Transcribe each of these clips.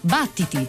Battiti!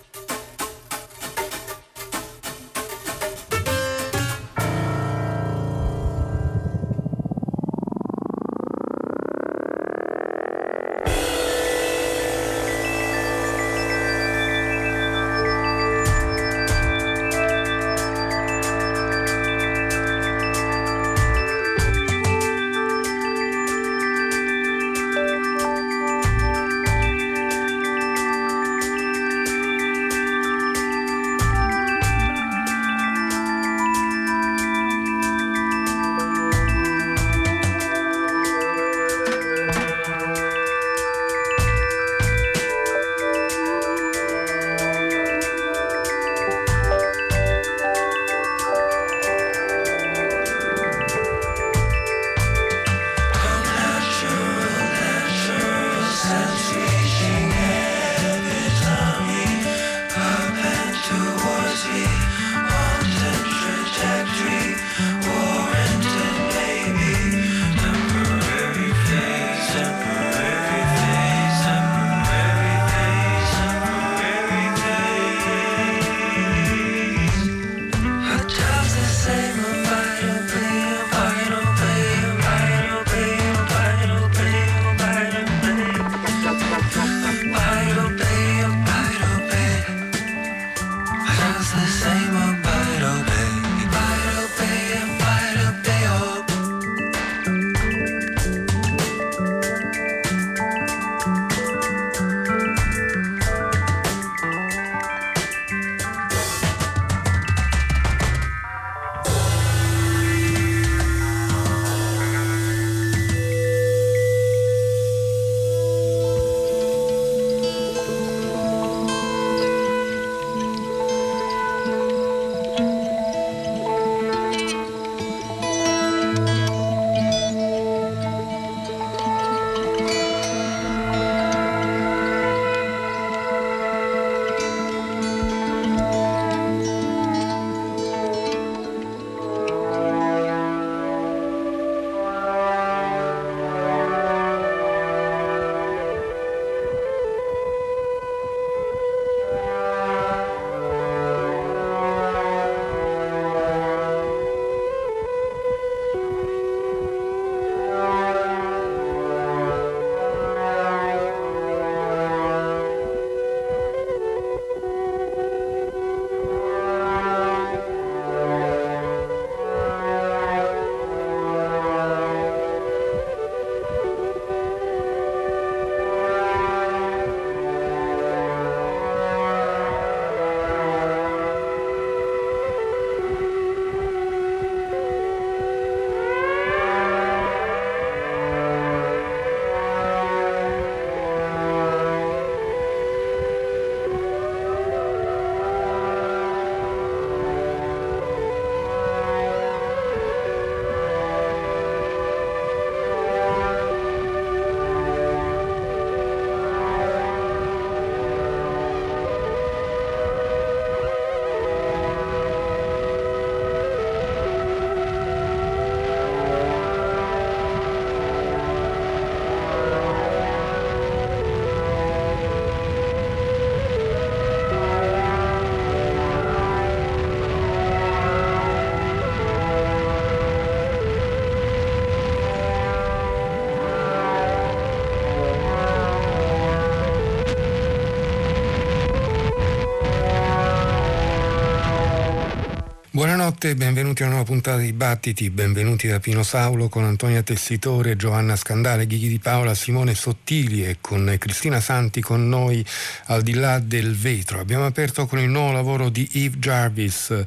Buonanotte e benvenuti a una nuova puntata di Battiti, benvenuti da Pino Saulo con Antonia Tessitore, Giovanna Scandale, Ghighi Di Paola, Simone Sottili e con Cristina Santi con noi al di là del vetro. Abbiamo aperto con il nuovo lavoro di Yves Jarvis,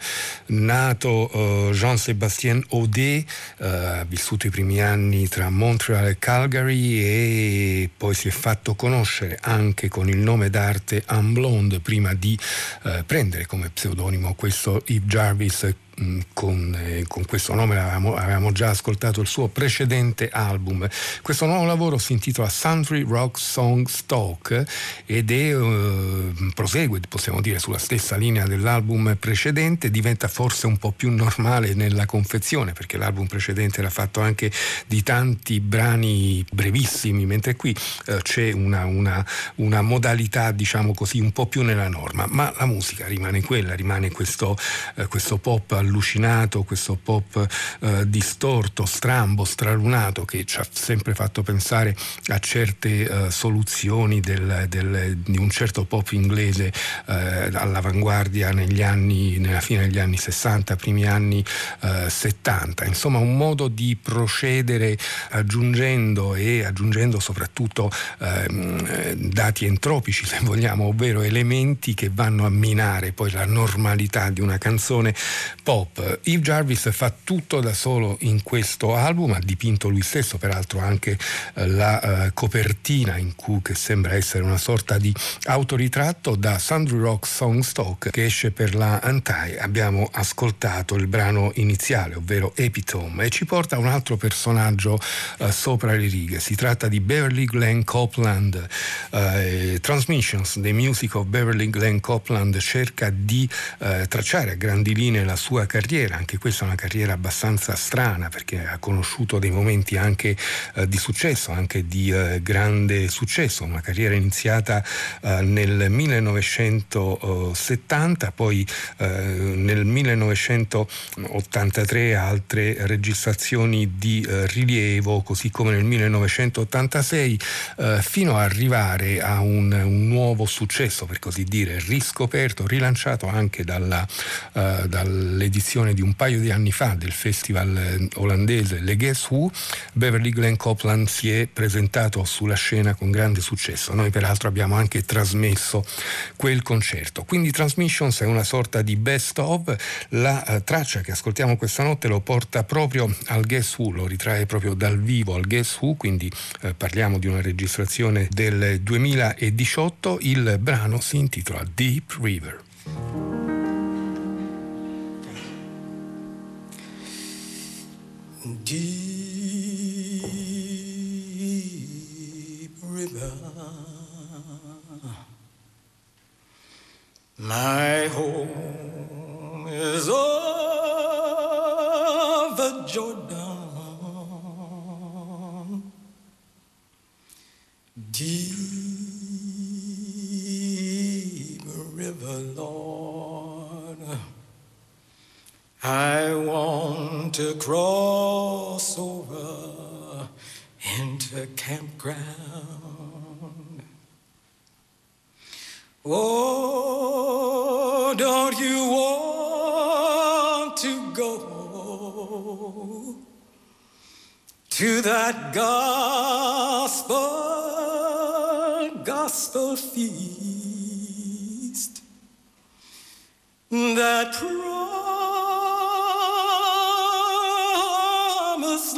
nato Jean-Sébastien Audet, ha vissuto i primi anni tra Montreal e Calgary e poi si è fatto conoscere anche con il nome d'arte Un Blonde prima di prendere come pseudonimo questo Yves Jarvis, con questo nome avevamo già ascoltato il suo precedente album. Questo nuovo lavoro si intitola Sundry Rock Song Stock ed prosegue, possiamo dire, sulla stessa linea dell'album precedente. Diventa forse un po' più normale nella confezione, perché l'album precedente era fatto anche di tanti brani brevissimi, mentre qui c'è una modalità, diciamo così, un po' più nella norma, ma la musica rimane quella, rimane questo pop allucinato, questo pop distorto, strambo, stralunato, che ci ha sempre fatto pensare a certe soluzioni di un certo pop inglese all'avanguardia nella fine degli anni 60, primi anni 70. Insomma, un modo di procedere aggiungendo soprattutto dati entropici, se vogliamo, ovvero elementi che vanno a minare poi la normalità di una canzone pop. Yves Jarvis fa tutto da solo in questo album, ha dipinto lui stesso peraltro anche la copertina che sembra essere una sorta di autoritratto. Da Sundry Rock Song Stock, che esce per la Antai, abbiamo ascoltato il brano iniziale, ovvero Epitome, e ci porta a un altro personaggio sopra le righe. Si tratta di Beverly Glenn Copeland. Transmissions, The Music of Beverly Glenn Copeland, cerca di tracciare a grandi linee la sua carriera. Anche questa è una carriera abbastanza strana, perché ha conosciuto dei momenti anche di successo, anche di grande successo. Una carriera iniziata nel 1970, poi nel 1983 altre registrazioni di rilievo, così come nel 1986, fino a arrivare a un nuovo successo, per così dire, riscoperto, rilanciato anche dall'edizione di un paio di anni fa del festival olandese Le Guess Who. Beverly Glenn Copeland si è presentato sulla scena con grande successo. Noi peraltro abbiamo anche trasmesso quel concerto. Quindi Transmissions è una sorta di best of. La traccia che ascoltiamo questa notte lo porta proprio al Guess Who, lo ritrae proprio dal vivo al Guess Who, quindi parliamo di una registrazione del 2018. Il brano si intitola Deep River. Deep river, my home is over Jordan. Deep river, Lord, I want to cross over into campground. Oh, don't you want to go to that gospel feast, that promised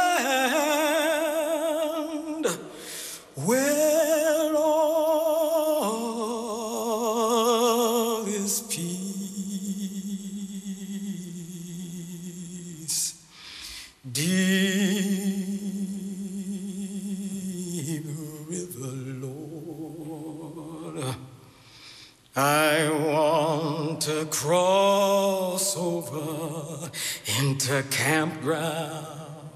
land where all is peace? Deep river, Lord, I want to cross over into campground.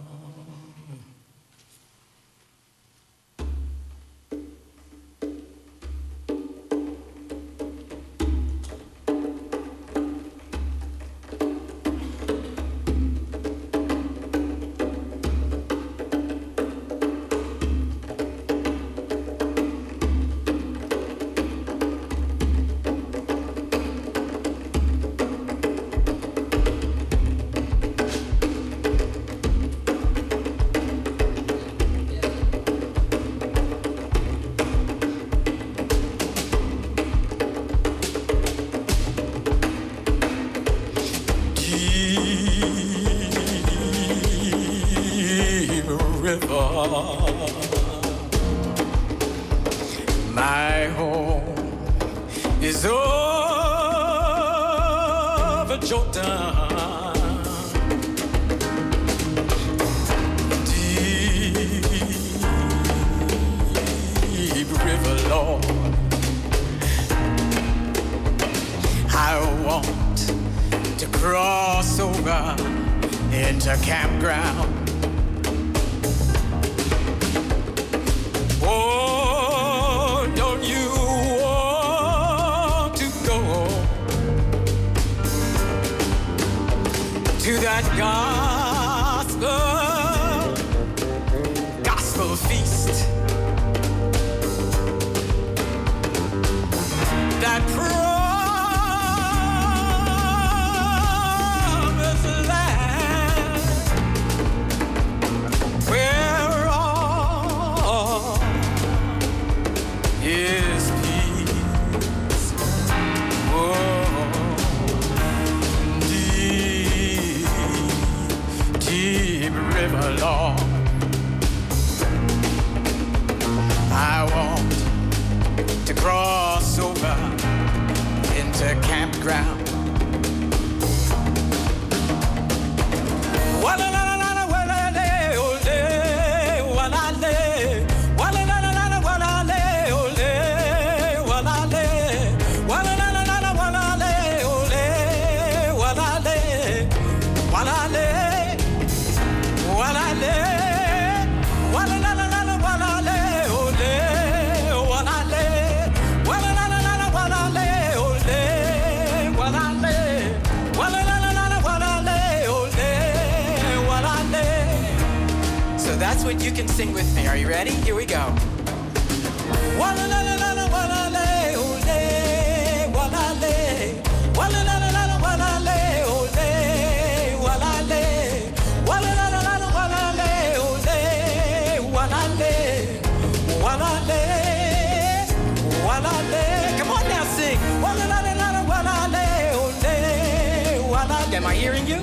My home is over Jordan. into campground. Oh, don't you want to go to that gospel feast, that promised land, where all is peace. Oh, deep river, Lord, I want to cross over into campground. That's what you can sing with me. Are you ready? Here we go. Come on now, sing. Am I hearing you?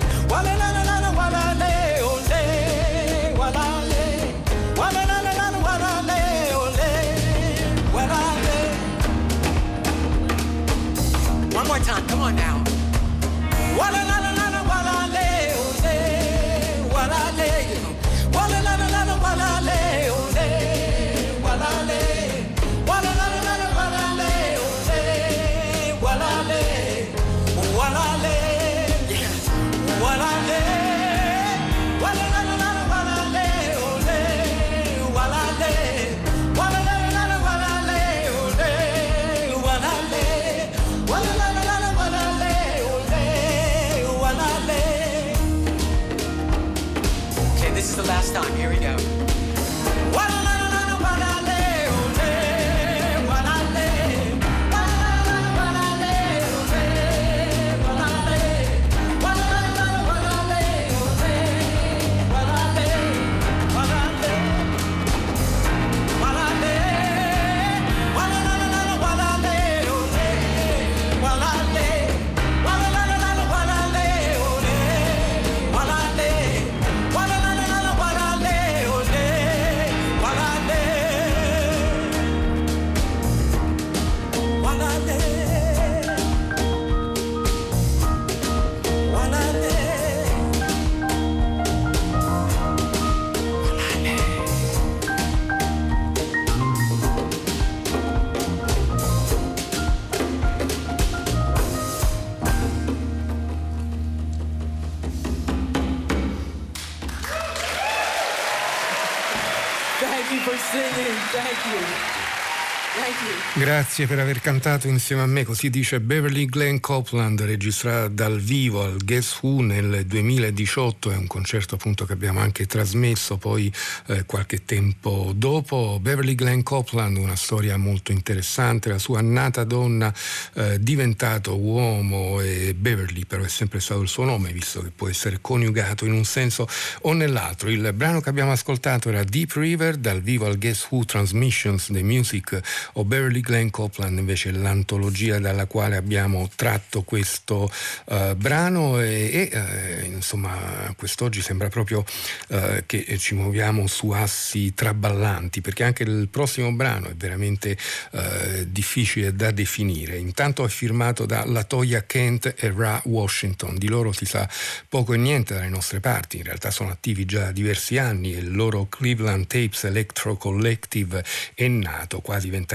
One more time, come on now. This is the last time. Here we go. Grazie per aver cantato insieme a me, così dice Beverly Glenn Copeland, registrata dal vivo al Guess Who nel 2018, è un concerto appunto che abbiamo anche trasmesso poi qualche tempo dopo. Beverly Glenn Copeland, una storia molto interessante, la sua nata donna, diventato uomo, e Beverly però è sempre stato il suo nome, visto che può essere coniugato in un senso o nell'altro. Il brano che abbiamo ascoltato era Deep River, dal vivo al Guess Who Transmissions, The Music of Beverly Glenn Copeland, invece l'antologia dalla quale abbiamo tratto questo brano, e insomma quest'oggi sembra proprio che ci muoviamo su assi traballanti, perché anche il prossimo brano è veramente difficile da definire. Intanto è firmato da LaToya Kent e Ra Washington, di loro si sa poco e niente dalle nostre parti, in realtà sono attivi già da diversi anni e il loro Cleveland Tapes Electro Collective è nato quasi 20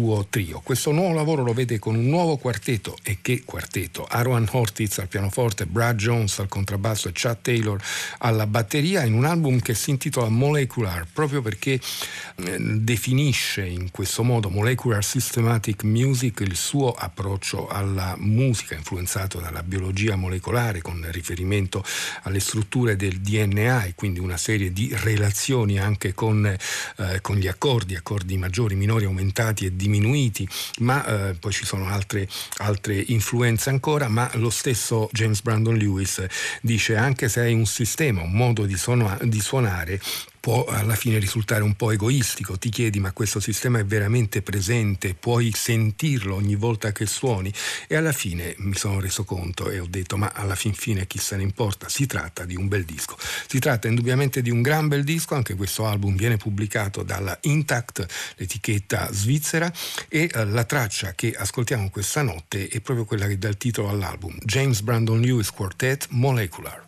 suo trio. Questo nuovo lavoro lo vede con un nuovo quartetto, e che quartetto: Aaron Hortitz al pianoforte, Brad Jones al contrabbasso e Chad Taylor alla batteria, in un album che si intitola Molecular, proprio perché definisce in questo modo, Molecular Systematic Music, il suo approccio alla musica influenzato dalla biologia molecolare, con riferimento alle strutture del DNA e quindi una serie di relazioni anche con gli accordi maggiori, minori, aumentati e diminuiti, ma poi ci sono altre influenze ancora. Ma lo stesso James Brandon Lewis dice: anche se hai un sistema, un modo di suonare, può alla fine risultare un po' egoistico. Ti chiedi: ma questo sistema è veramente presente? Puoi sentirlo ogni volta che suoni? E alla fine mi sono reso conto e ho detto: ma alla fin fine chi se ne importa? Si tratta di un bel disco. Si tratta indubbiamente di un gran bel disco. Anche questo album viene pubblicato dalla Intact, l'etichetta svizzera, e la traccia che ascoltiamo questa notte è proprio quella che dà il titolo all'album: James Brandon Lewis Quartet, Molecular.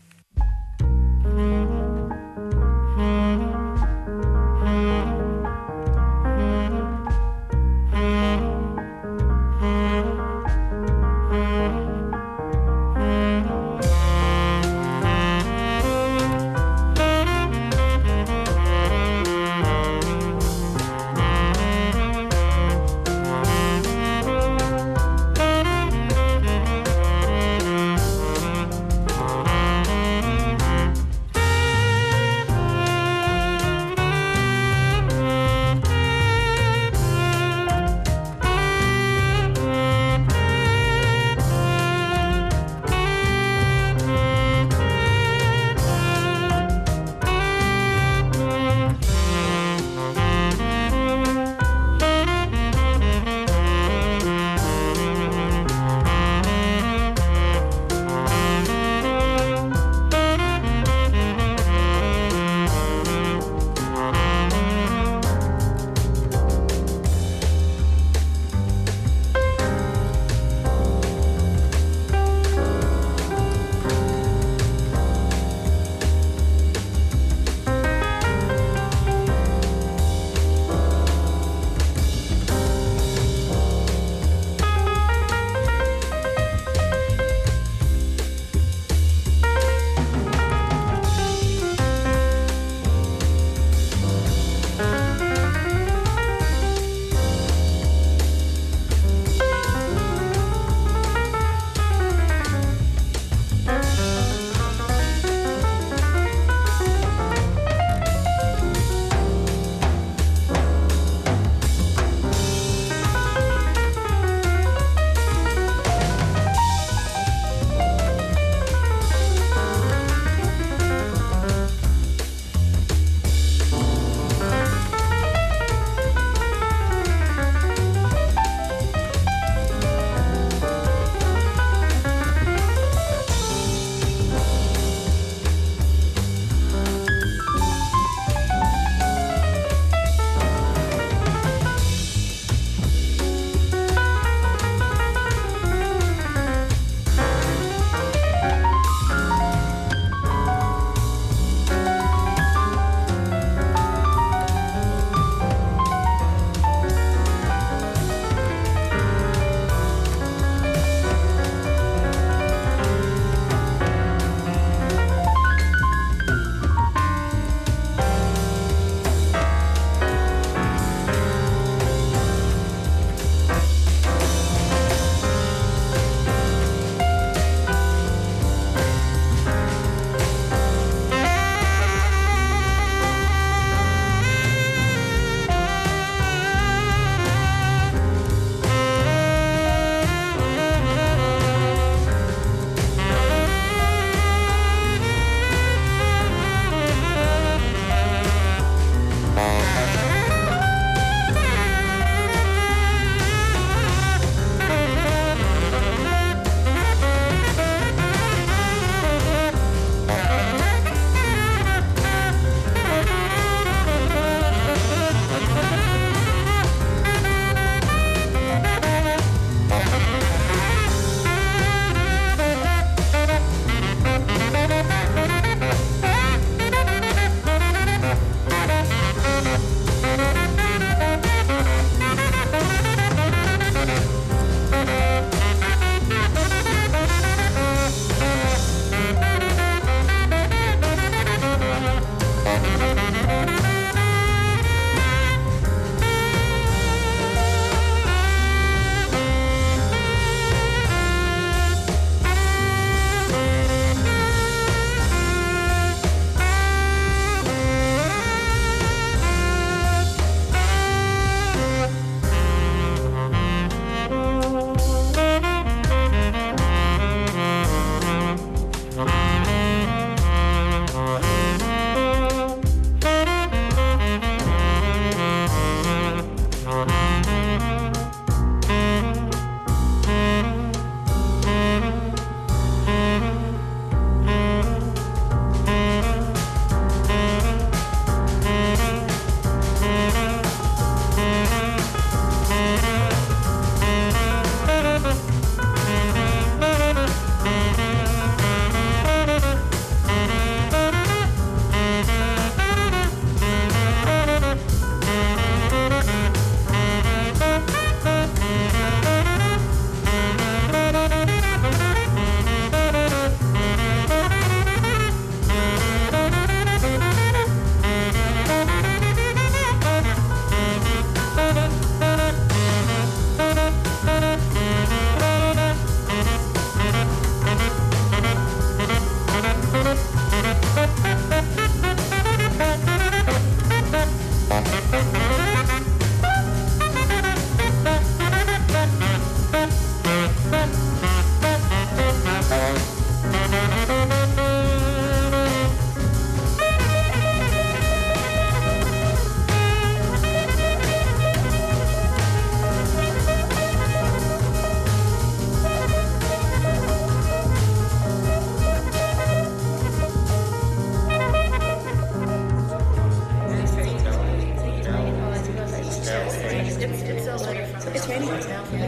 It's raining now for me.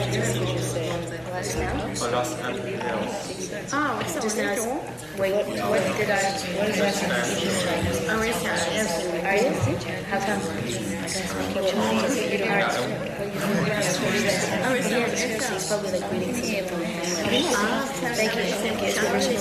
Last time. Oh, it's just now. Wait, what is that? Oh, it's not. Are you? How come? It's probably like reading something. Thank you. It's really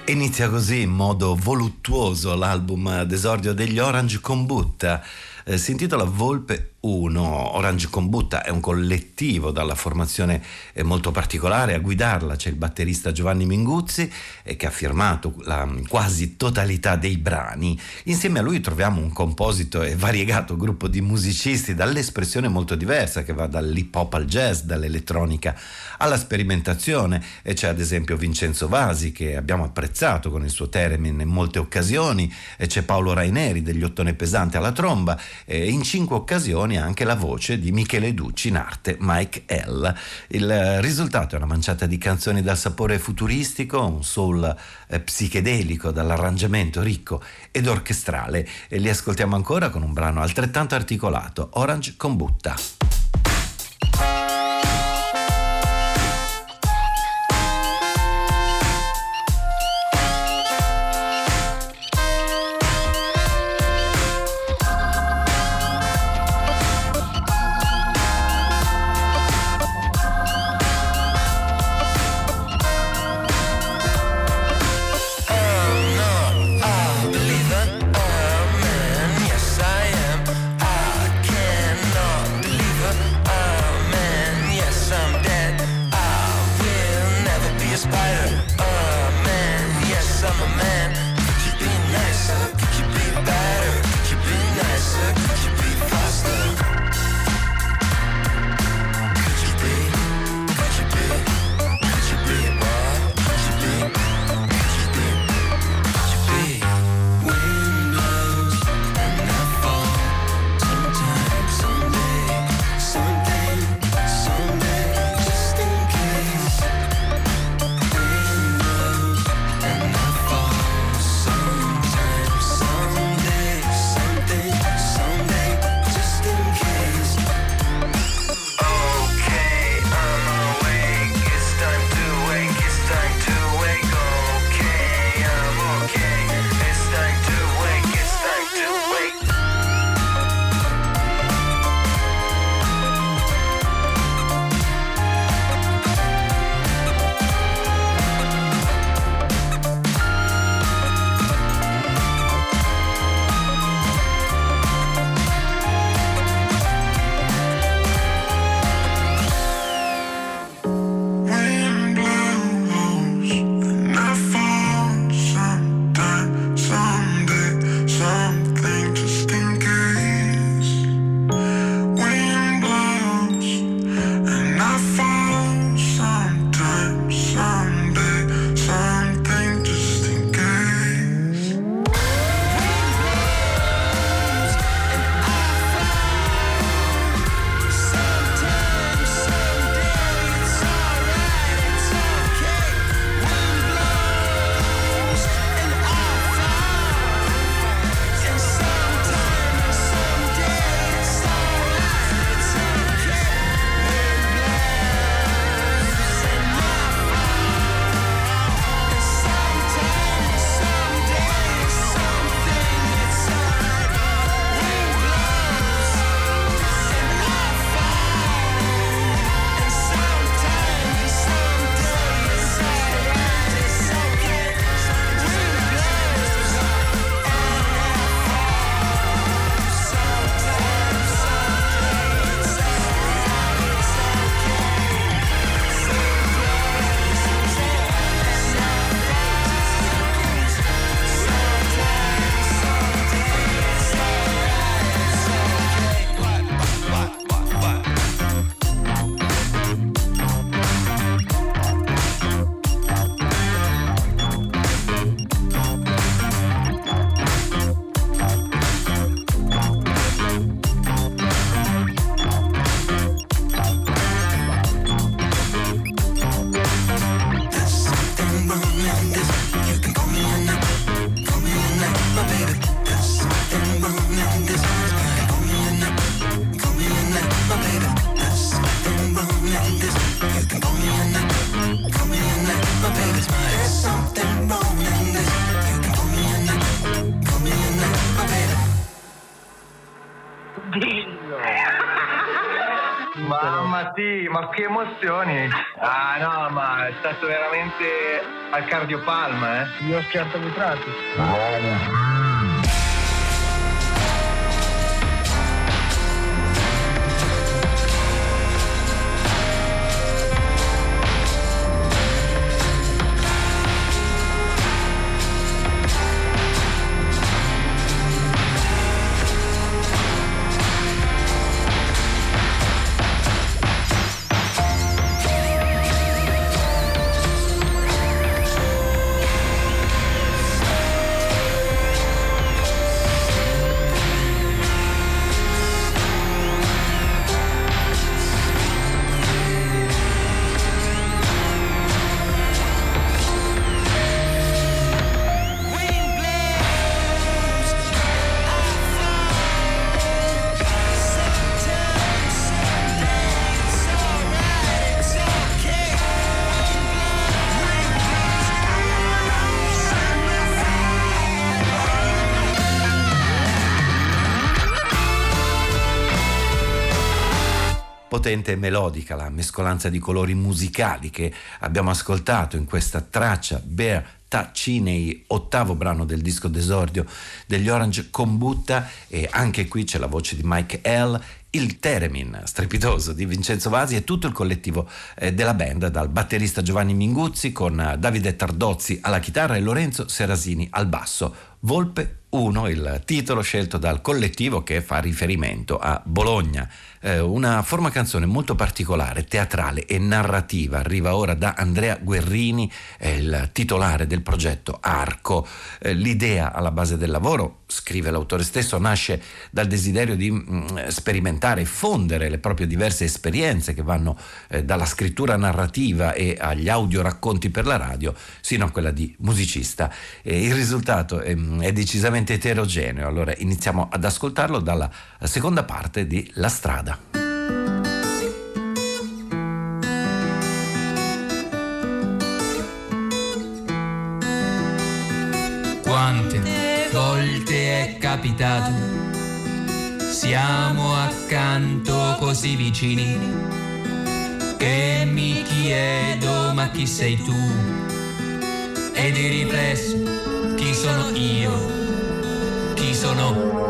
Inizia così in modo voluttuoso l'album d'esordio degli Orange Combutta. Si intitola Volpe 1. Orange Combutta è un collettivo dalla formazione molto particolare. A guidarla c'è il batterista Giovanni Minguzzi, che ha firmato la quasi totalità dei brani. Insieme a lui troviamo un composito e variegato gruppo di musicisti dall'espressione molto diversa, che va dall'hip hop al jazz, dall'elettronica alla sperimentazione. E c'è ad esempio Vincenzo Vasi, che abbiamo apprezzato con il suo Theremin in molte occasioni, e c'è Paolo Raineri degli Ottone Pesante alla tromba, e in 5 occasioni anche la voce di Michele Ducci, in arte Mike L. Il risultato è una manciata di canzoni dal sapore futuristico, un soul psichedelico dall'arrangiamento ricco ed orchestrale, e li ascoltiamo ancora con un brano altrettanto articolato, Orange Combutta. Believe sì, ma che emozioni! Ah no, ma è stato veramente al cardiopalma, eh? Io ho schiarto vitrati. Potente e melodica la mescolanza di colori musicali che abbiamo ascoltato in questa traccia Bear Cinei, ottavo brano del disco d'esordio degli Orange Combutta, e anche qui c'è la voce di Mike L, il theremin strepitoso di Vincenzo Vasi e tutto il collettivo della band, dal batterista Giovanni Minguzzi con Davide Tardozzi alla chitarra e Lorenzo Serasini al basso. Volpe 1, il titolo scelto dal collettivo che fa riferimento a Bologna. Una forma canzone molto particolare, teatrale e narrativa, arriva ora da Andrea Guerrini, il titolare del progetto Arco. L'idea alla base del lavoro, scrive l'autore stesso, nasce dal desiderio di sperimentare e fondere le proprie diverse esperienze che vanno dalla scrittura narrativa e agli audioracconti per la radio sino a quella di musicista. Il risultato è decisamente eterogeneo, allora iniziamo ad ascoltarlo dalla seconda parte di La Strada. Quante volte è capitato, siamo accanto così vicini, che mi chiedo ma chi sei tu? E di riflesso chi sono io? Chi sono?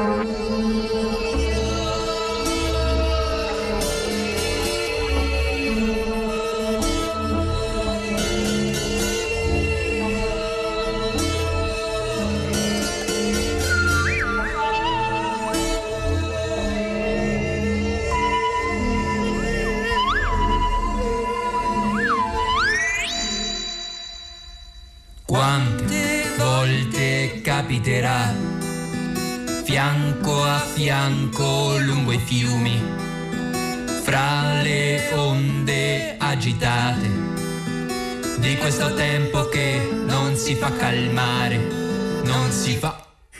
Quante volte capiterà, fianco a fianco lungo i fiumi, fra le onde agitate di questo tempo che non si fa calmare, non si fa.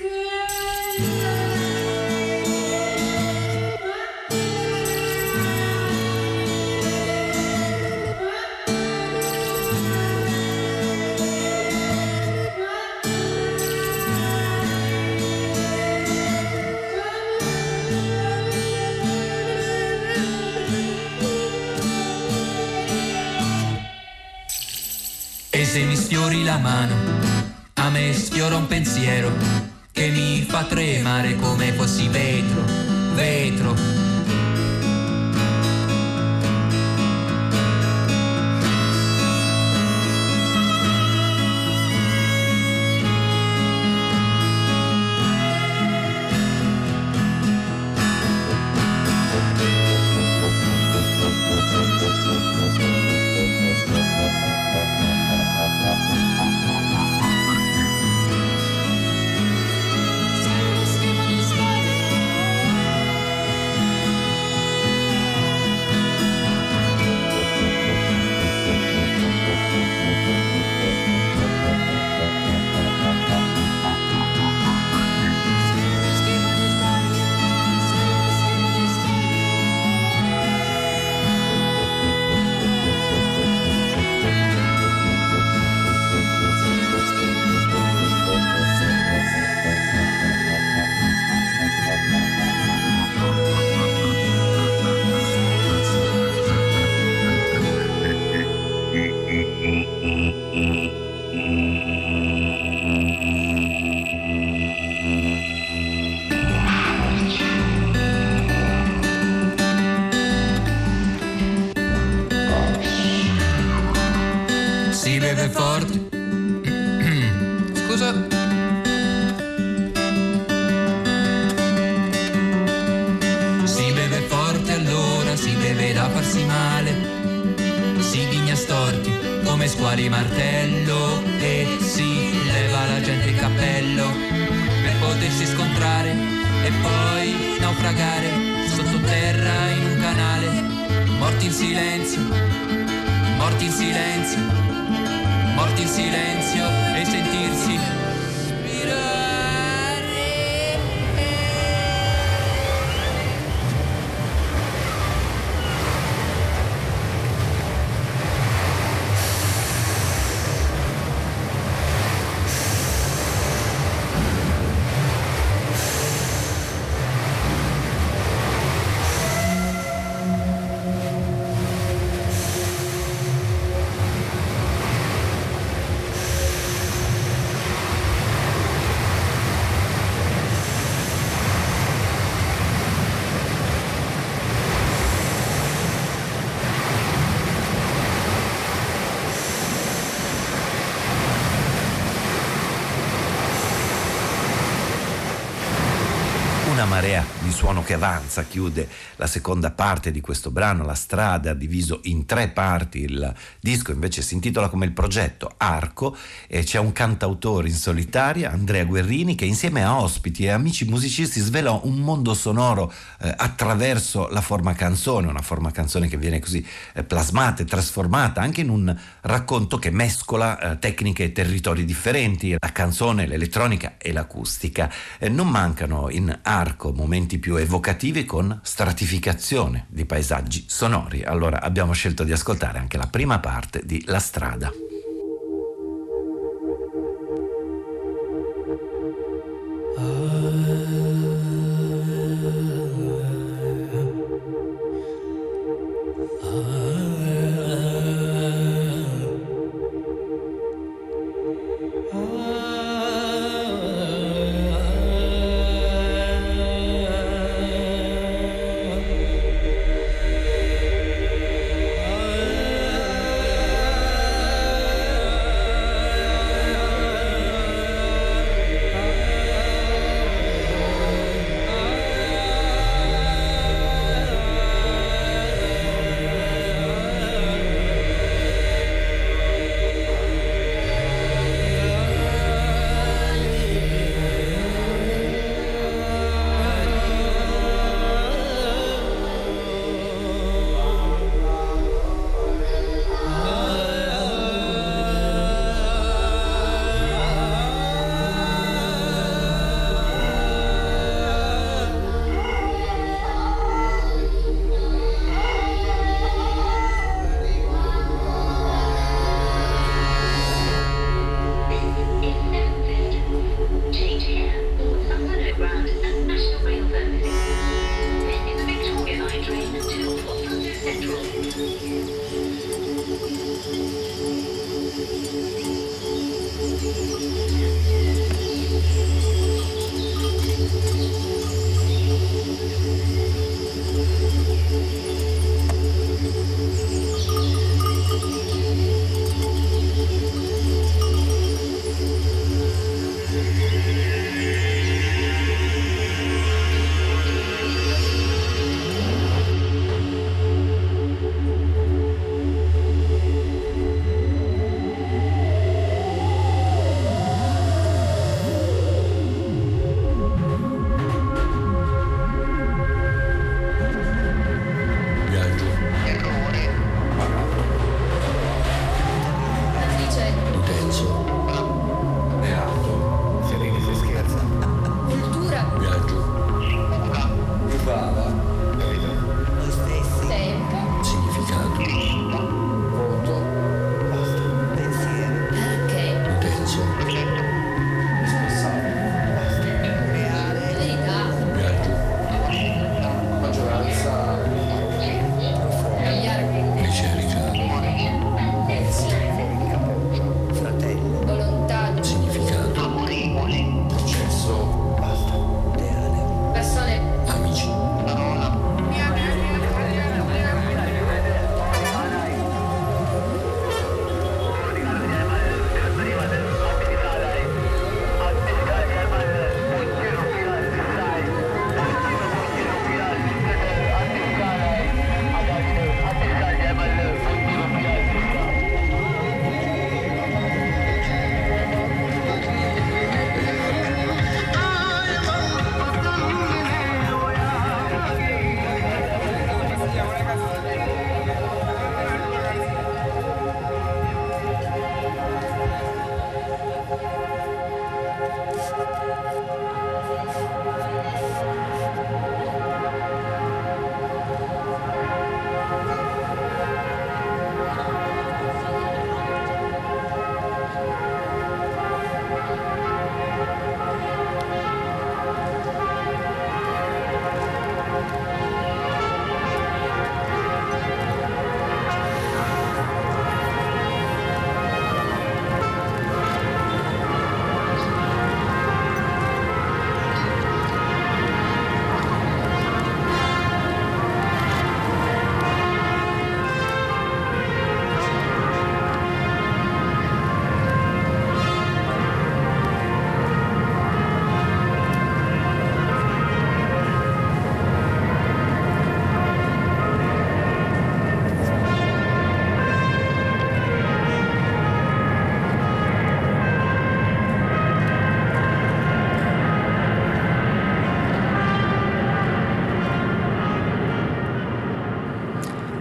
E se mi sfiori la mano, a me sfiora un pensiero che mi fa tremare come fossi vetro, vetro. Si beve forte. Scusa. Si beve forte, allora si beve da farsi male. Si ghigna storti come squali martello e si leva la gente il cappello per potersi scontrare e poi naufragare sottoterra in un canale. Morti in silenzio, morti in silenzio, morti in silenzio e sentirsi spirare. Una marea di suono che avanza chiude la seconda parte di questo brano, La strada, diviso in 3 parti. Il disco invece si intitola come il progetto Arco e c'è un cantautore in solitaria, Andrea Guerrini, che insieme a ospiti e amici musicisti svela un mondo sonoro attraverso la forma canzone, una forma canzone che viene così plasmata e trasformata anche in un racconto che mescola tecniche e territori differenti, la canzone, l'elettronica e l'acustica. Non mancano in Arco momenti più evocativi con stratificazione di paesaggi sonori. Allora abbiamo scelto di ascoltare anche la prima parte di La strada.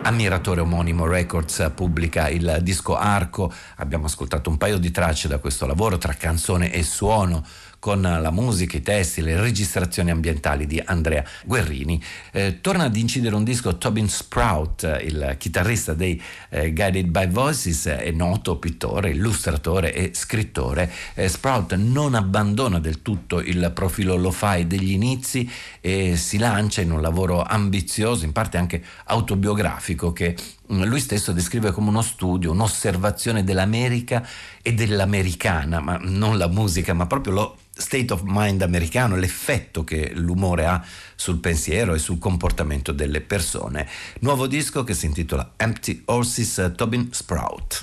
Ammiratore Omonimo Records pubblica il disco Arco. Abbiamo ascoltato un paio di tracce da questo lavoro tra canzone e suono, con la musica, i testi, le registrazioni ambientali di Andrea Guerrini. Torna ad incidere un disco Tobin Sprout, il chitarrista dei Guided by Voices, è noto pittore, illustratore e scrittore. Sprout non abbandona del tutto il profilo lo-fi degli inizi e si lancia in un lavoro ambizioso, in parte anche autobiografico, che lui stesso descrive come uno studio, un'osservazione dell'America e dell'americana, ma non la musica, ma proprio lo state of mind americano, l'effetto che l'umore ha sul pensiero e sul comportamento delle persone. Nuovo disco che si intitola Empty Horses, Tobin Sprout.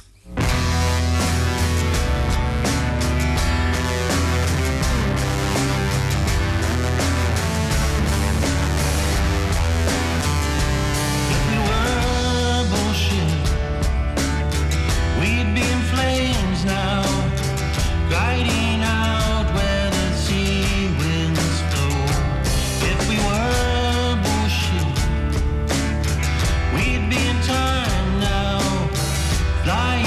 Fly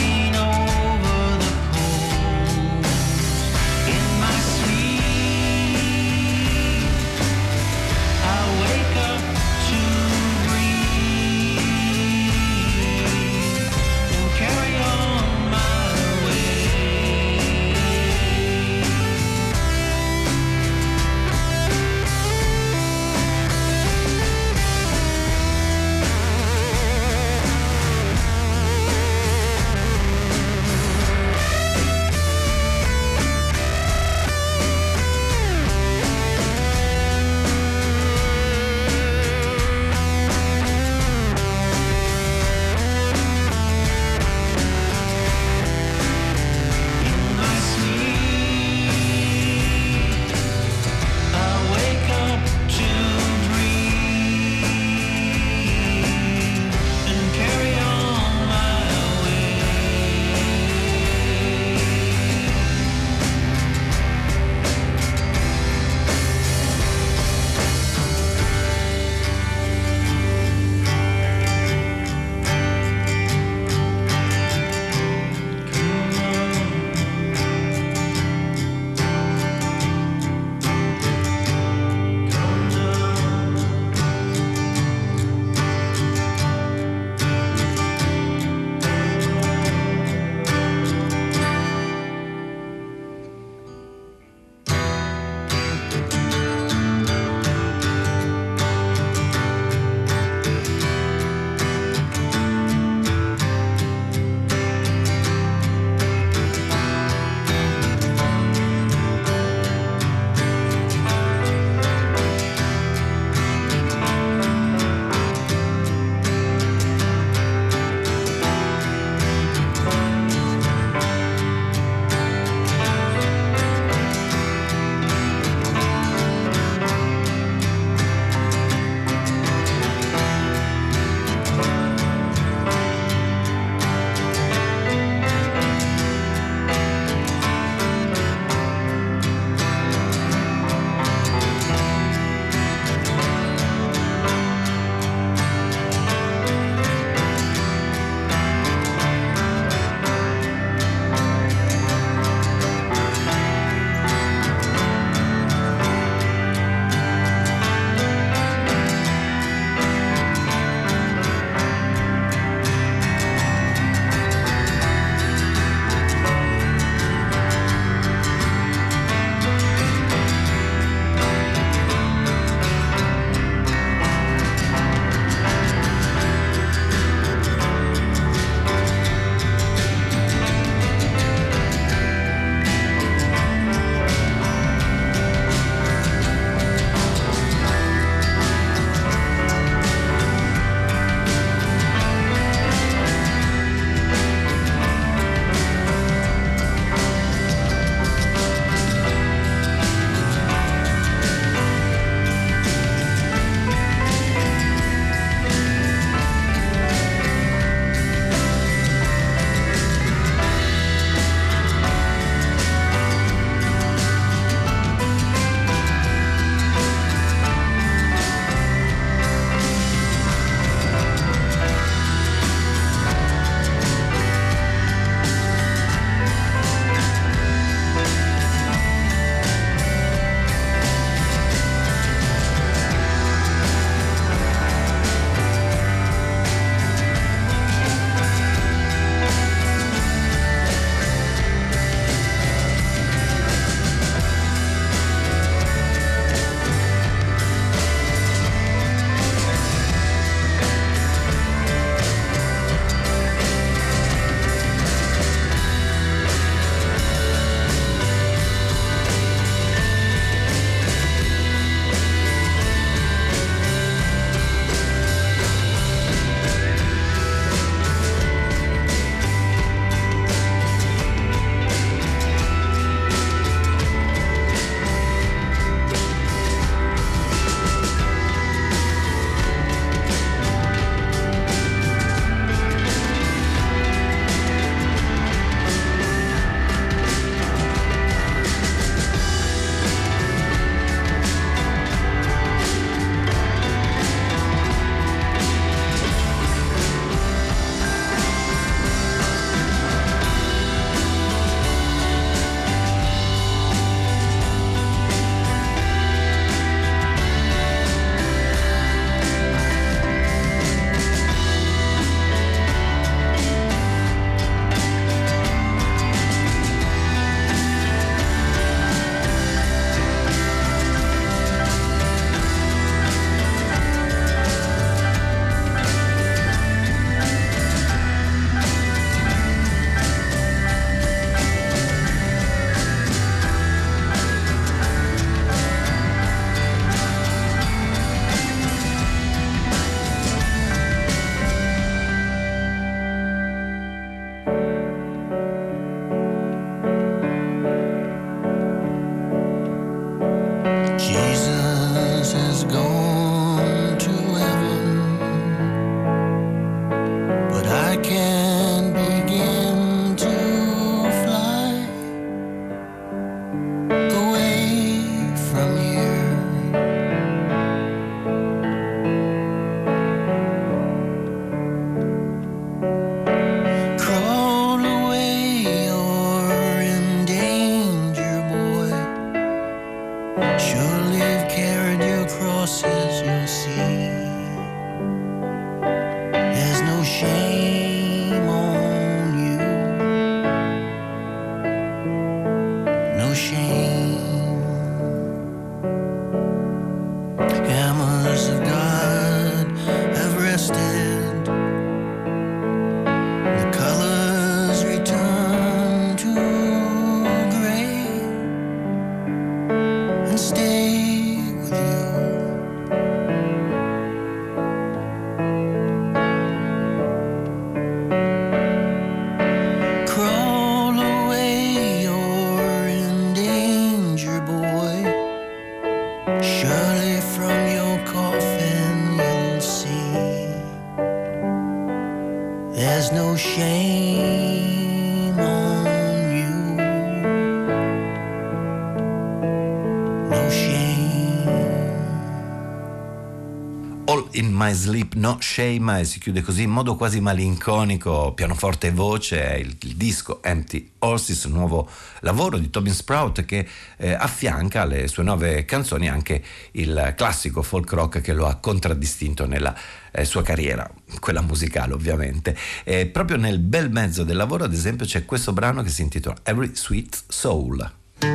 In My Sleep No Shame, e si chiude così in modo quasi malinconico, pianoforte e voce, è il disco Empty Horses, un nuovo lavoro di Tobin Sprout che affianca alle sue 9 canzoni anche il classico folk rock che lo ha contraddistinto nella sua carriera, quella musicale ovviamente. Proprio nel bel mezzo del lavoro, ad esempio, c'è questo brano che si intitola Every Sweet Soul.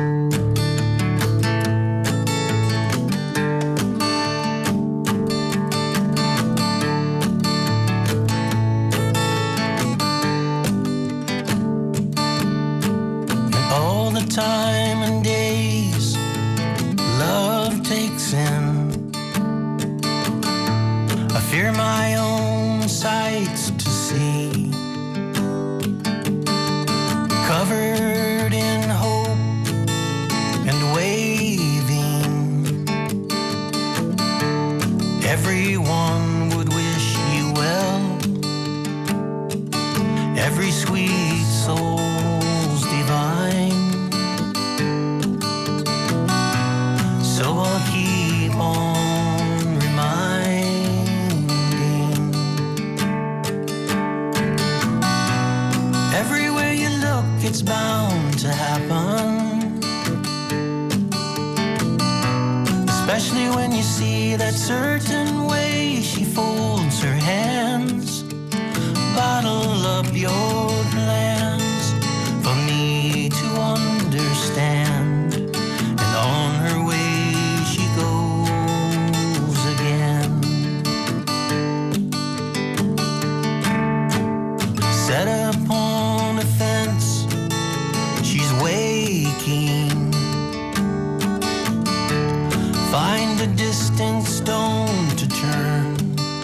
Time and days love takes in, I fear my own sights to see, covered in hope and waving, everyone would wish you well, every sweet soul's divine. So I'll keep on reminding, everywhere you look it's bound to happen, especially when you see that certain way she folds her hands, bottle up your plans for me to understand, and on her way set upon a fence, she's waking, find a distant stone to turn,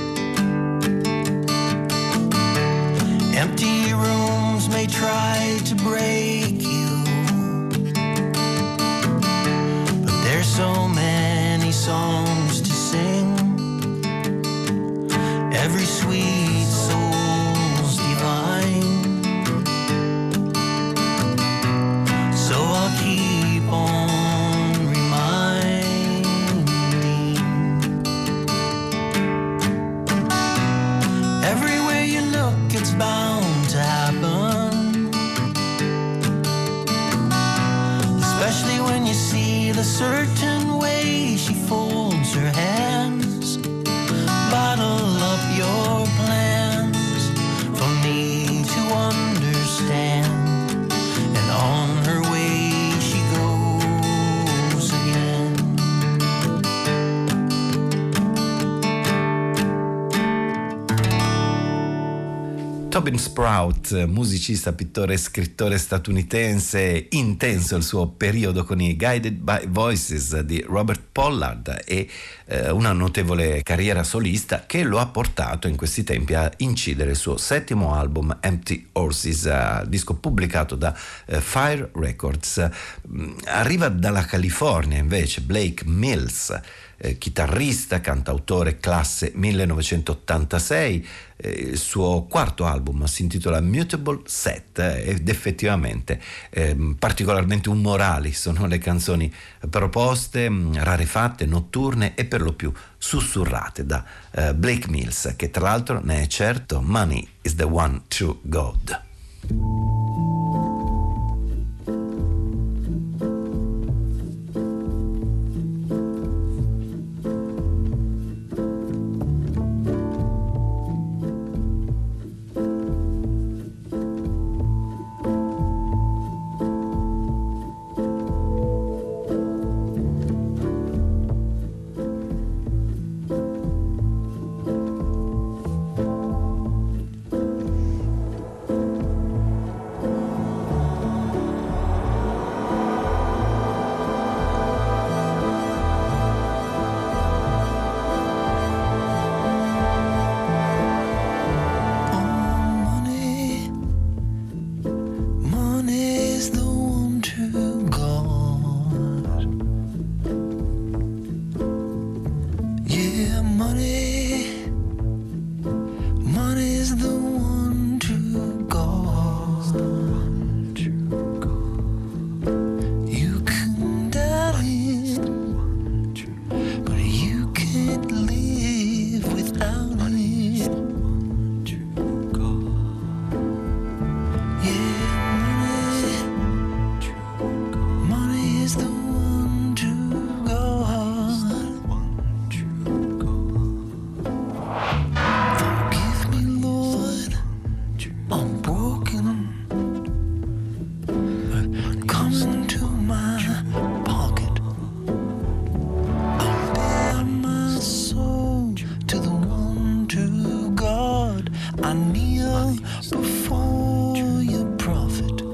empty rooms may try to break you, but there's so many songs to sing, every sweet soul's divine, so I'll keep on reminding, everywhere you look it's bound to happen, especially when you see the certain way she folds her hands, bottle up your plans for me to understand, and on her way she goes again. Tobin Sprout, musicista, pittore e scrittore statunitense, intenso il suo periodo con i Guided by Voices di Robert Pollard e una notevole carriera solista che lo ha portato in questi tempi a incidere il suo 7° album Empty Horses, disco pubblicato da Fire Records. Arriva dalla California invece Blake Mills, chitarrista, cantautore, classe 1986. Il suo 4º album si intitola Mutable Set ed effettivamente particolarmente umorali sono le canzoni proposte, rarefatte, notturne e per lo più sussurrate da Blake Mills, che tra l'altro ne è certo. Money is the one true God. goes into my pocket. I bear my soul to the one true God. I kneel before your prophet.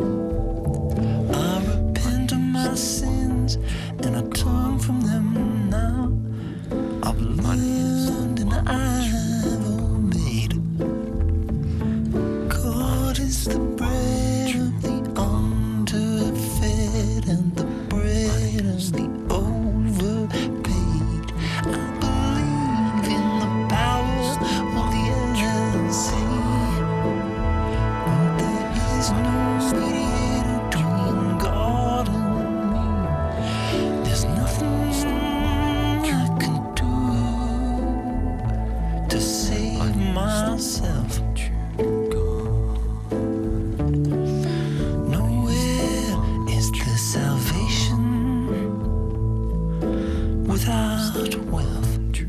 I repent of my sins and I turn from them now. I've learned and I've obeyed. God is the bread of the underfed and the bread of the overpaid. I believe in the power of the sea, but there is no mediator between God and me. There's nothing I can do to save myself. Nowhere is there salvation without wealth.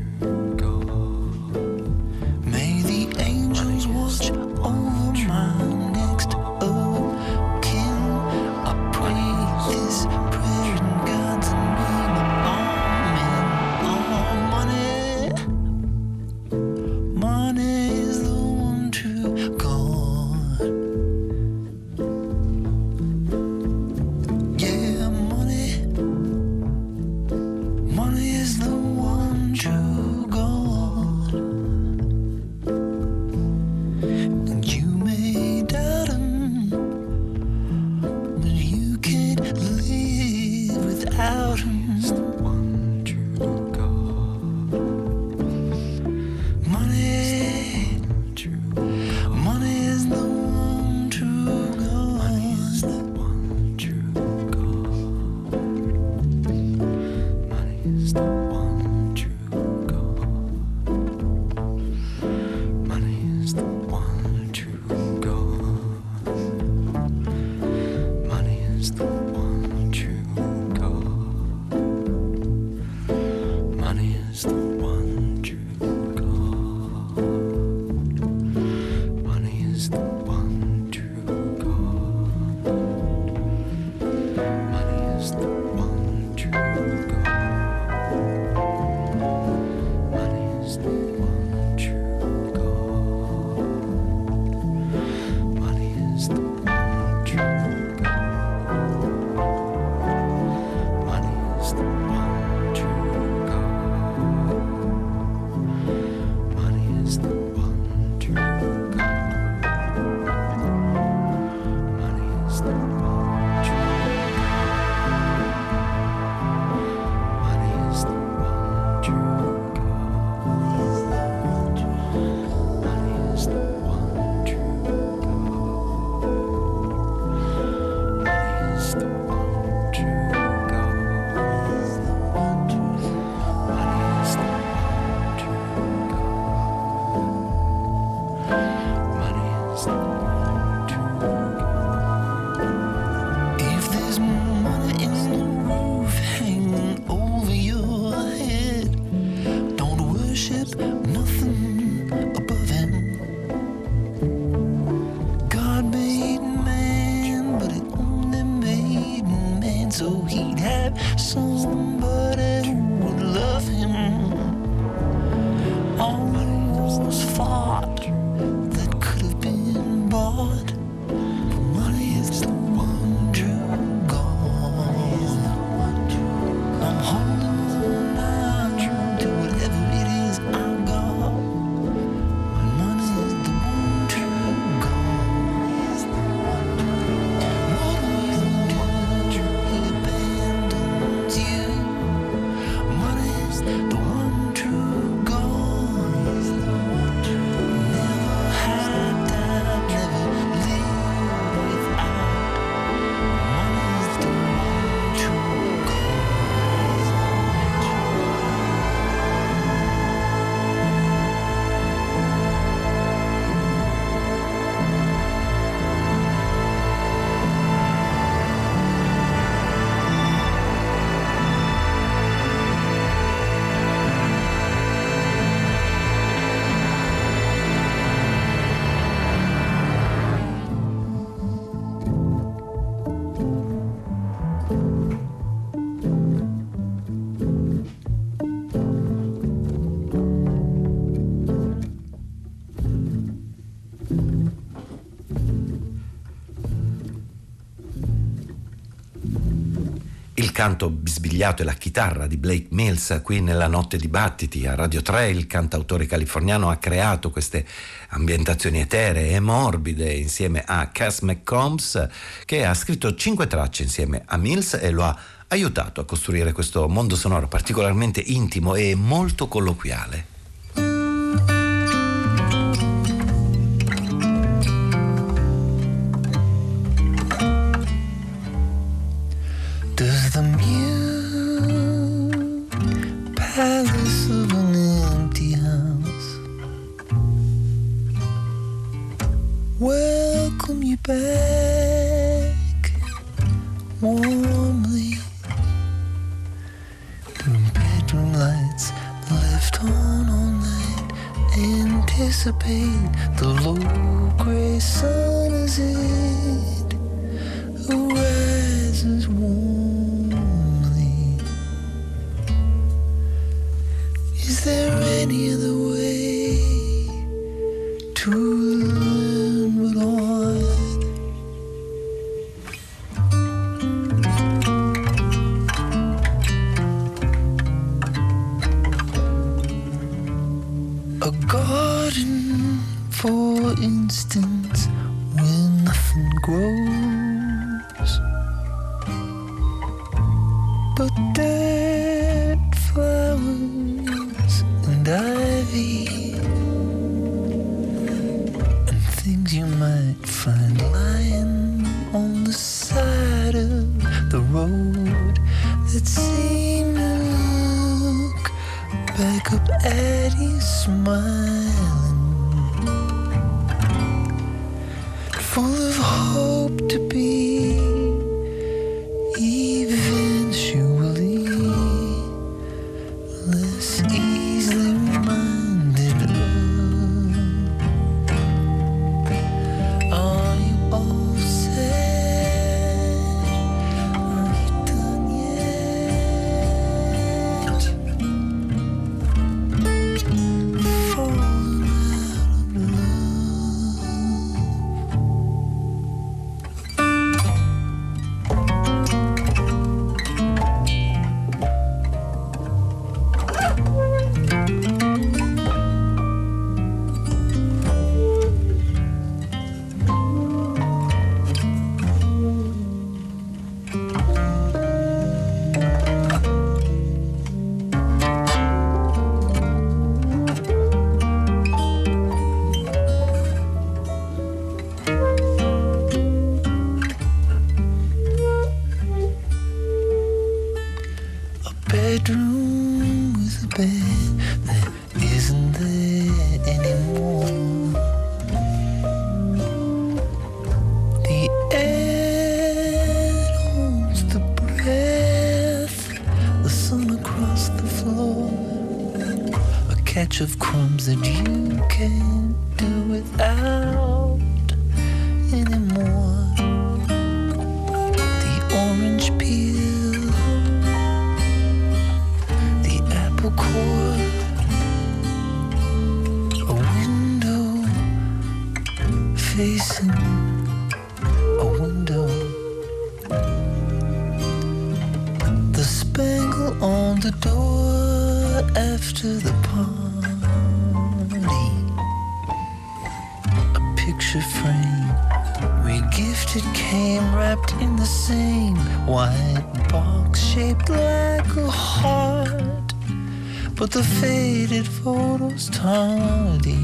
May the angels watch over my next of kin. I pray this prayer in God's name. Amen. Oh, money is the one true God. Yeah, money is the one true God. And you may doubt him, but you can't live without him. Money is the one true God. Money is the one true God. Money is the one true God. Money is the one true God. Money is the one true God. Money is the one true God. Money is the one true God. Money is the one true God. Money is the one true God. Money is the one true God. Money is the one true God. Money is the one true God. Money is the one true God. Money is the one true God. Money is the one true God. Money is the one true God. Money is the one true God. Money is the one true God. If there's money in the roof hanging over your head, don't worship nothing above him. God made man, but he only made man so he'd have somebody who would love him. All wars fought that could have been bought. But money is the one true God. I'm holding on to whatever it is I've got. Money is the one true God. What will you do? He abandons you. canto bisbigliato e la chitarra di Blake Mills qui nella Notte di Battiti. A Radio 3 il cantautore californiano ha creato queste ambientazioni eteree e morbide insieme a Cass McCombs, che ha scritto 5 tracce insieme a Mills e lo ha aiutato a costruire questo mondo sonoro particolarmente intimo e molto colloquiale. Does the mute palace of an empty house welcome you back warmly? Your bedroom lights left on all night anticipate the low gray sun as it arises warmly. Is there any other way to learn but on? A garden, for instance, where nothing grows but dead flowers and ivy and things you might find lying on the side of the road that seem to look back up at you smiling, full of hope to be eventually less easily reminded of. Are you all set? Are you done yet? Falling out of bedroom with a bed that isn't there anymore. The air holds the breath, the sun across the floor, a catch of crumbs that you can't do without anymore. The orange peel, the apple core, a window facing a window, the spangle on the door after the party, a picture frame regifted came wrapped in the same white box shaped like a heart, but the faded photos tardy.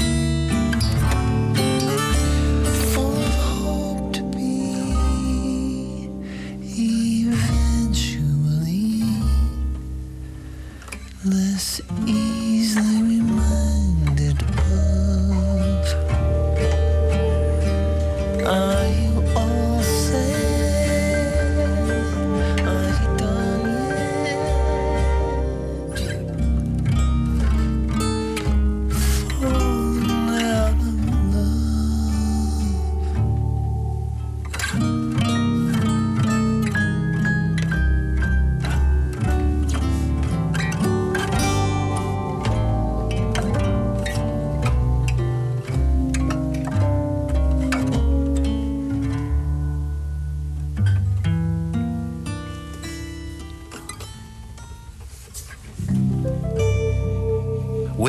Full of hope to be eventually less easily reminded of. Are you all set? Are you done yet? Falling out of love.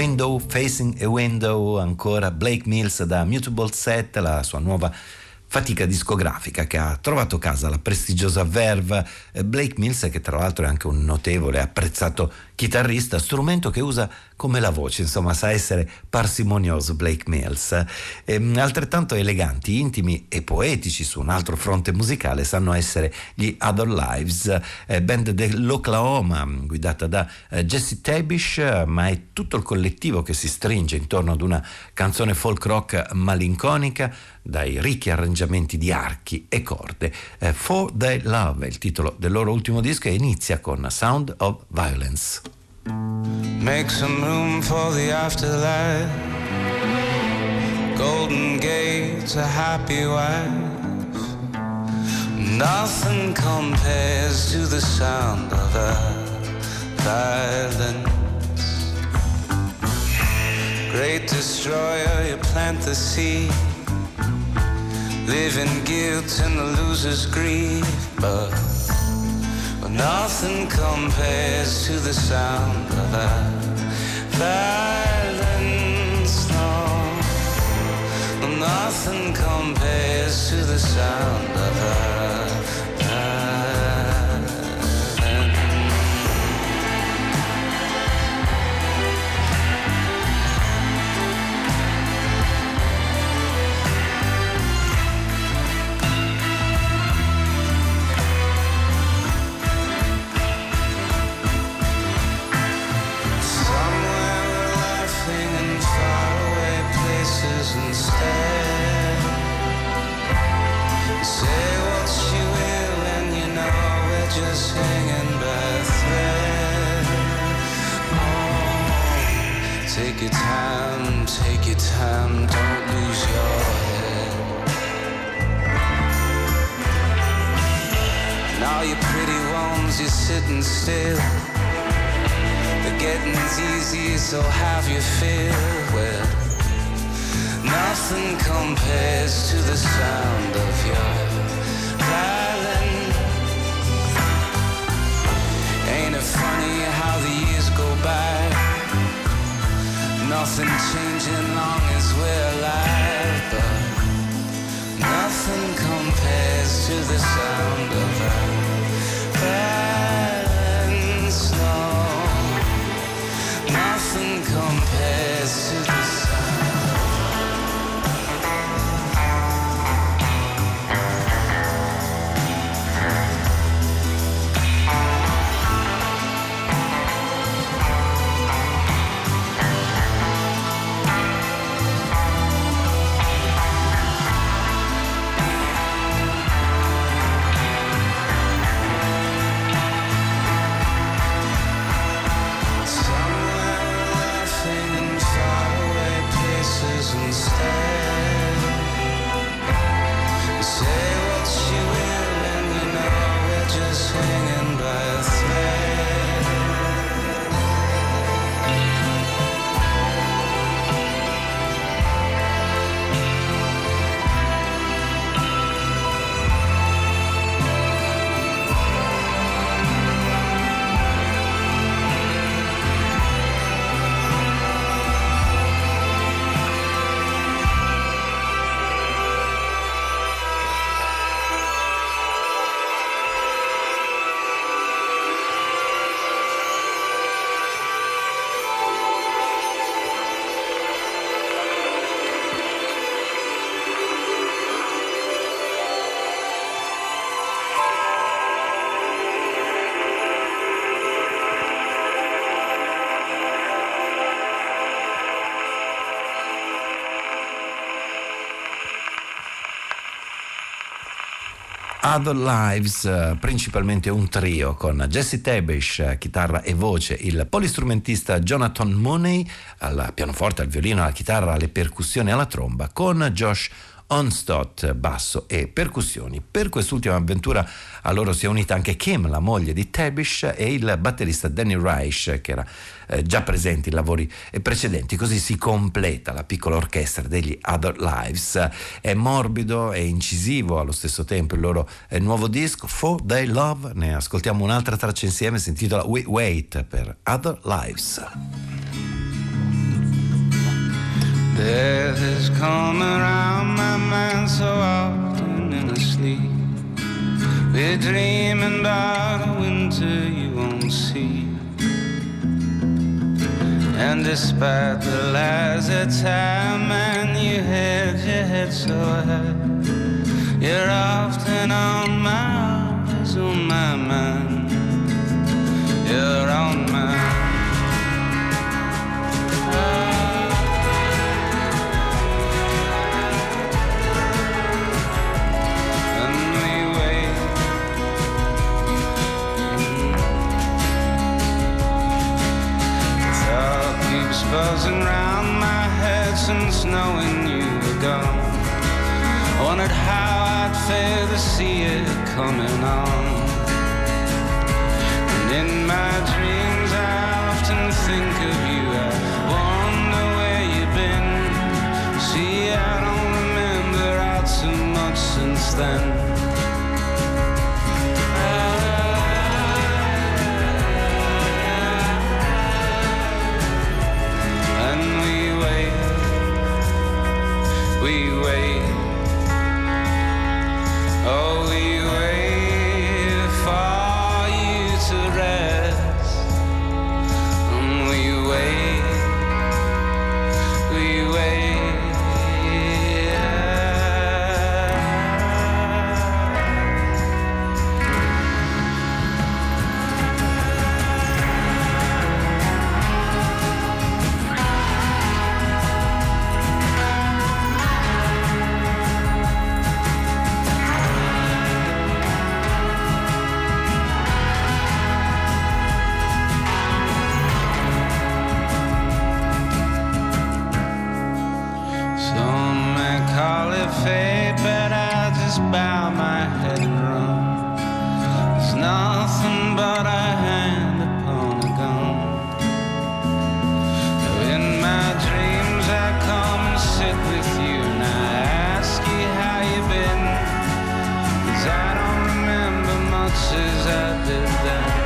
Window Facing a Window, ancora Blake Mills da Mutable Set, la sua nuova fatica discografica che ha trovato casa alla prestigiosa Verve. Blake Mills, che tra l'altro è anche un notevole e apprezzato chitarrista, strumento che usa come la voce, insomma sa essere parsimonioso Blake Mills. Altrettanto eleganti, intimi e poetici su un altro fronte musicale sanno essere gli Other Lives, band dell'Oklahoma guidata da Jesse Tabish, ma è tutto il collettivo che si stringe intorno ad una canzone folk rock malinconica dai ricchi arrangiamenti di archi e corde. For Thy Love è il titolo del loro ultimo disco e inizia con Sound of Violence. Make some room for the afterlife. Golden gates, a happy wife. Nothing compares to the sound of violence. Great destroyer, you plant the seed. Live in guilt and the loser's grief, but nothing compares to the sound of violence, no. Nothing compares to the sound of violence. Instead, say what you will, and you know we're just hanging by a thread. Oh, take your time, don't lose your head. Now you pretty ones, you're sitting still. The getting's easy, so have your fill. Well, nothing compares to the sound of your violence. Ain't it funny how the years go by? Nothing changing long as we're alive, but nothing compares to the sound of violence. No, nothing compares to the sound. Other Lives, principalmente un trio con Jesse Tabish, chitarra e voce, il polistrumentista Jonathan Mooney al pianoforte, al violino, alla chitarra, alle percussioni e alla tromba, con Josh Onstott, basso e percussioni. Per quest'ultima avventura a loro si è unita anche Kim, la moglie di Tabish, e il batterista Danny Reich, che era già presente in lavori precedenti. Così si completa la piccola orchestra degli Other Lives. È morbido e incisivo allo stesso tempo il loro nuovo disco For Thy Love. Ne ascoltiamo un'altra traccia insieme, si intitola We Wait, per Other Lives. Death has come around my mind so often in a sleep. We're dreaming about a winter you won't see. And despite the lies that time and you held your head so high, you're often on my eyes, on my mind. You're on my buzzing round my head since knowing you were gone. I wondered how I'd fare to see it coming on. And in my dreams I often think of you. I wonder where you've been. See, I don't remember all too much since then. We wait, oh we wait for you to rest, and we wait, we wait. Fate, but I just bow my head and run. There's nothing but a hand upon a gun. In my dreams I come and sit with you and I ask you how you've been, 'cause I don't remember much as I did then.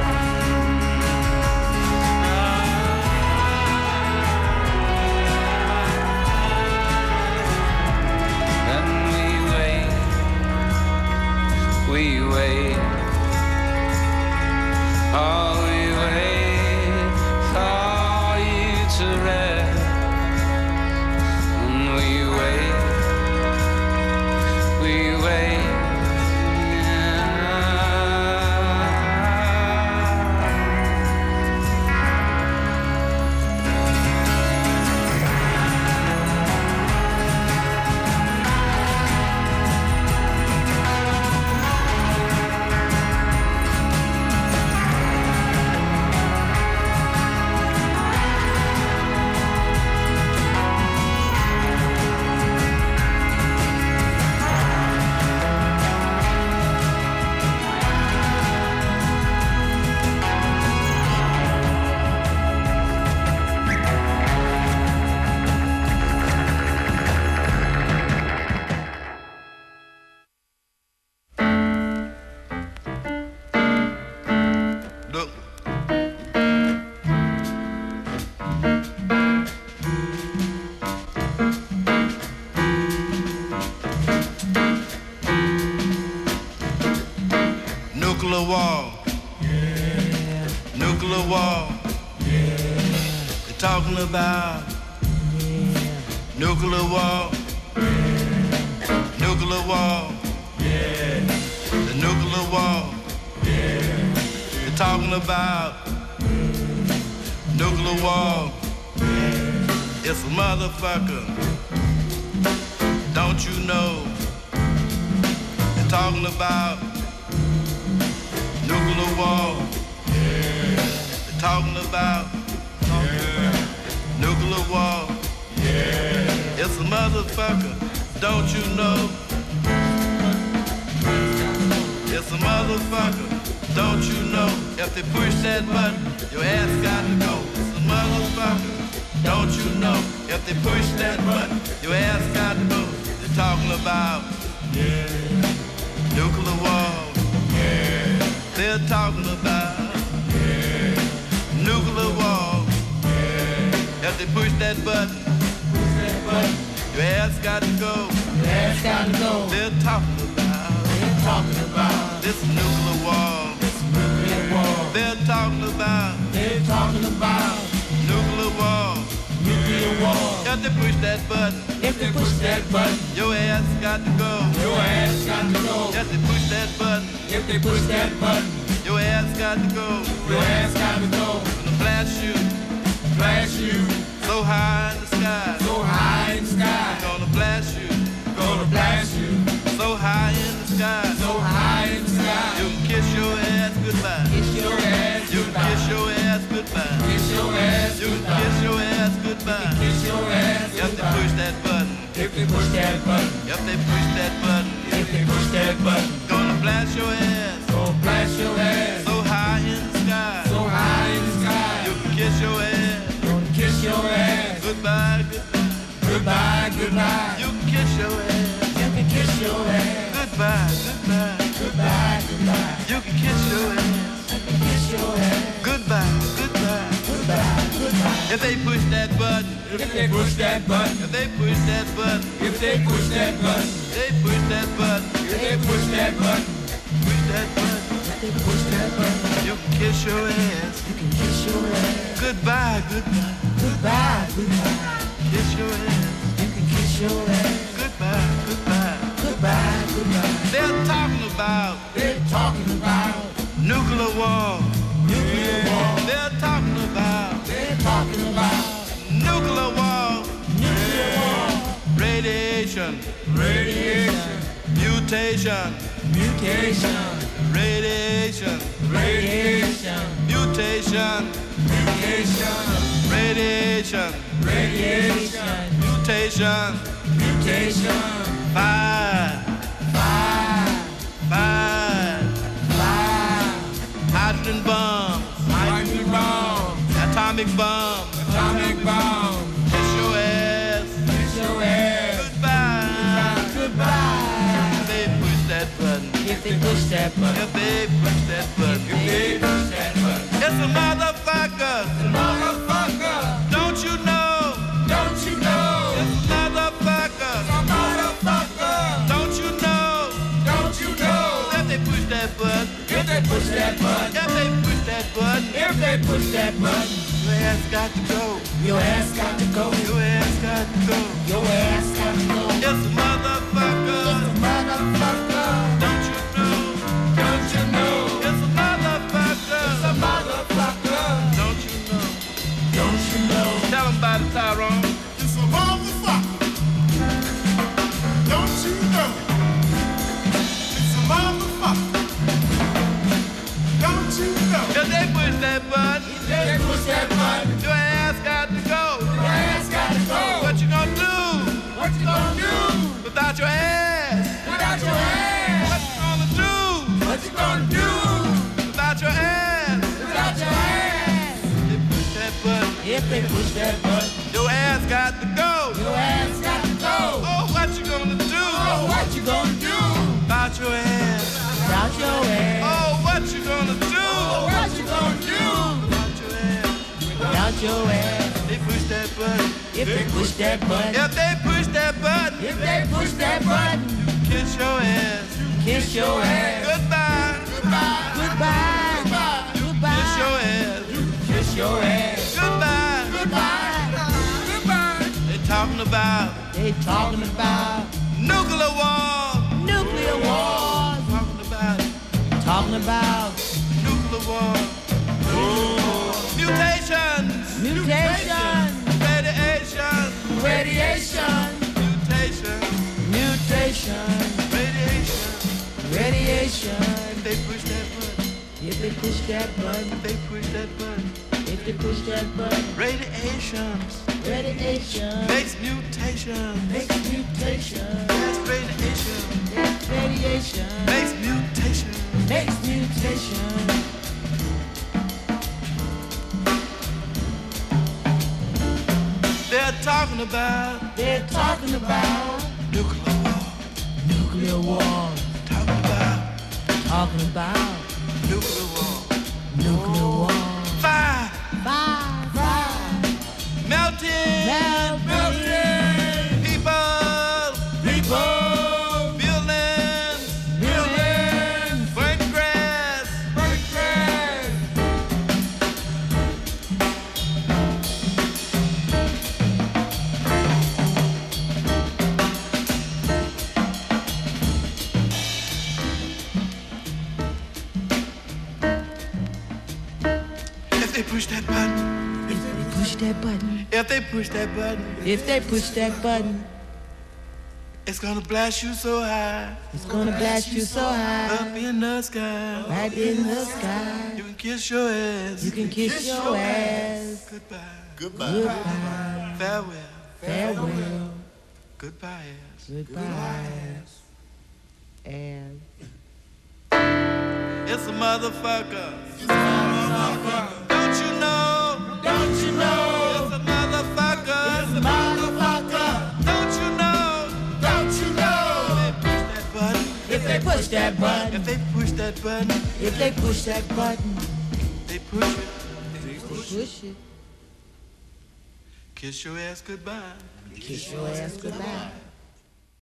We wait, oh we wait for you to rest, and we wait, we wait. Nuclear war, yeah. Nuclear war, yeah. They're talking about nuclear war, yeah. Nuclear war, yeah. The nuclear war, yeah. They're talking about nuclear war, yeah. It's a motherfucker, don't you know? They're talking about nuclear war, yeah. They're talking about nuclear war, yeah. It's a motherfucker, don't you know? It's a motherfucker, don't you know? If they push that button, your ass got to go. It's a motherfucker, don't you know? If they push that button, your ass got to go. They're talking about nuclear war. They're talking about nuclear war. If they push that button, button. Your ass got to go. Your ass got to go. They're talking about this nuclear war. This nuclear war. They're talking about nuclear war. Nuclear war. Got to push that button. If they push that button, your ass got to go. Your ass got to go. Got to push that button. If they push that button, your ass got to go. Your ass got to go. Gonna blast you so high in the sky. So high in the sky. Gonna blast you so high in the sky. So high in the sky. You can kiss your ass goodbye. Kiss your ass you goodbye. Can kiss your ass goodbye. Kiss your ass you goodbye. Can kiss your ass goodbye. Kiss your ass goodbye. If they push that button. If they push that button. If they push that button. If they push that button. Gonna blast your ass. Gonna blast your ass. So high in the sky. So high in the sky. You can kiss your ass. Gonna kiss your ass. Goodbye, goodbye. Goodbye, goodbye. You can kiss your ass. You can kiss your ass. Goodbye, goodbye. Goodbye, goodbye. You can kiss your ass. You can kiss your ass. Goodbye, goodbye. Goodbye, goodbye. If they push that button. If they push that button. If they push that button. If they push that button. They push that button. If they push that button. Push that button. If they push that button. You can kiss your ass. You can kiss your ass. Goodbye, goodbye. Goodbye, goodbye. Kiss your ass. You can kiss your ass. Goodbye, goodbye. Goodbye, goodbye. They're talking about nuclear war. Nuclear war. They're talking about nuclear war. Nuclear war. Radiation. Mutation. Radiation. Mutation. Radiation. Mutation. Fire. Hydrogen bombs. Atomic bombs. Kiss your ass. Goodbye. If they push that button. If they push that button. It's a motherfucker. Don't you know? It's a motherfucker. Don't you know? If they push that button. If they push that button. Your ass got to go. Your ass got to go. It's a motherfucker. Don't you know? It's a motherfucker. Don't you know? Tell them about it, Tyrone. It's a motherfucker. Don't you know? It's a motherfucker. Don't you know? If they push that button. Your ass got to go. What you gonna do? Without your ass? What you gonna do? Without your ass? If they push that button. Your ass got to go. Oh, what you gonna do? Without your ass? Oh, what you gonna do? Without your ass? They push that button. If they push that button. You kiss your ass. Goodbye. Kiss your ass. Goodbye. They talking about nuclear war. Talking about nuclear war. Mutations. Radiation. Mutation. Radiation. If they push that button. Radiations. Makes mutation. That's radiation. Makes mutation. They're talking about nuclear war. Talking about nuclear war. Fire. Melting. they push that button. If they push that button. If they push that button. If they push that button. It's gonna blast you so high. It's gonna blast you so high. Up in the sky. Right in the sky. You can kiss your ass. You can kiss your ass. Goodbye. Goodbye. Goodbye. Farewell. Farewell. Goodbye ass. Goodbye ass. And it's a motherfucker. It's a motherfucker. Don't you know? Don't you know? It's a motherfucker. It's a motherfucker. Don't you know? Don't you know? If they push that button. If they push that button. If they push that button. If they push that button. They push it. They push it. Kiss your ass goodbye. Kiss your ass goodbye.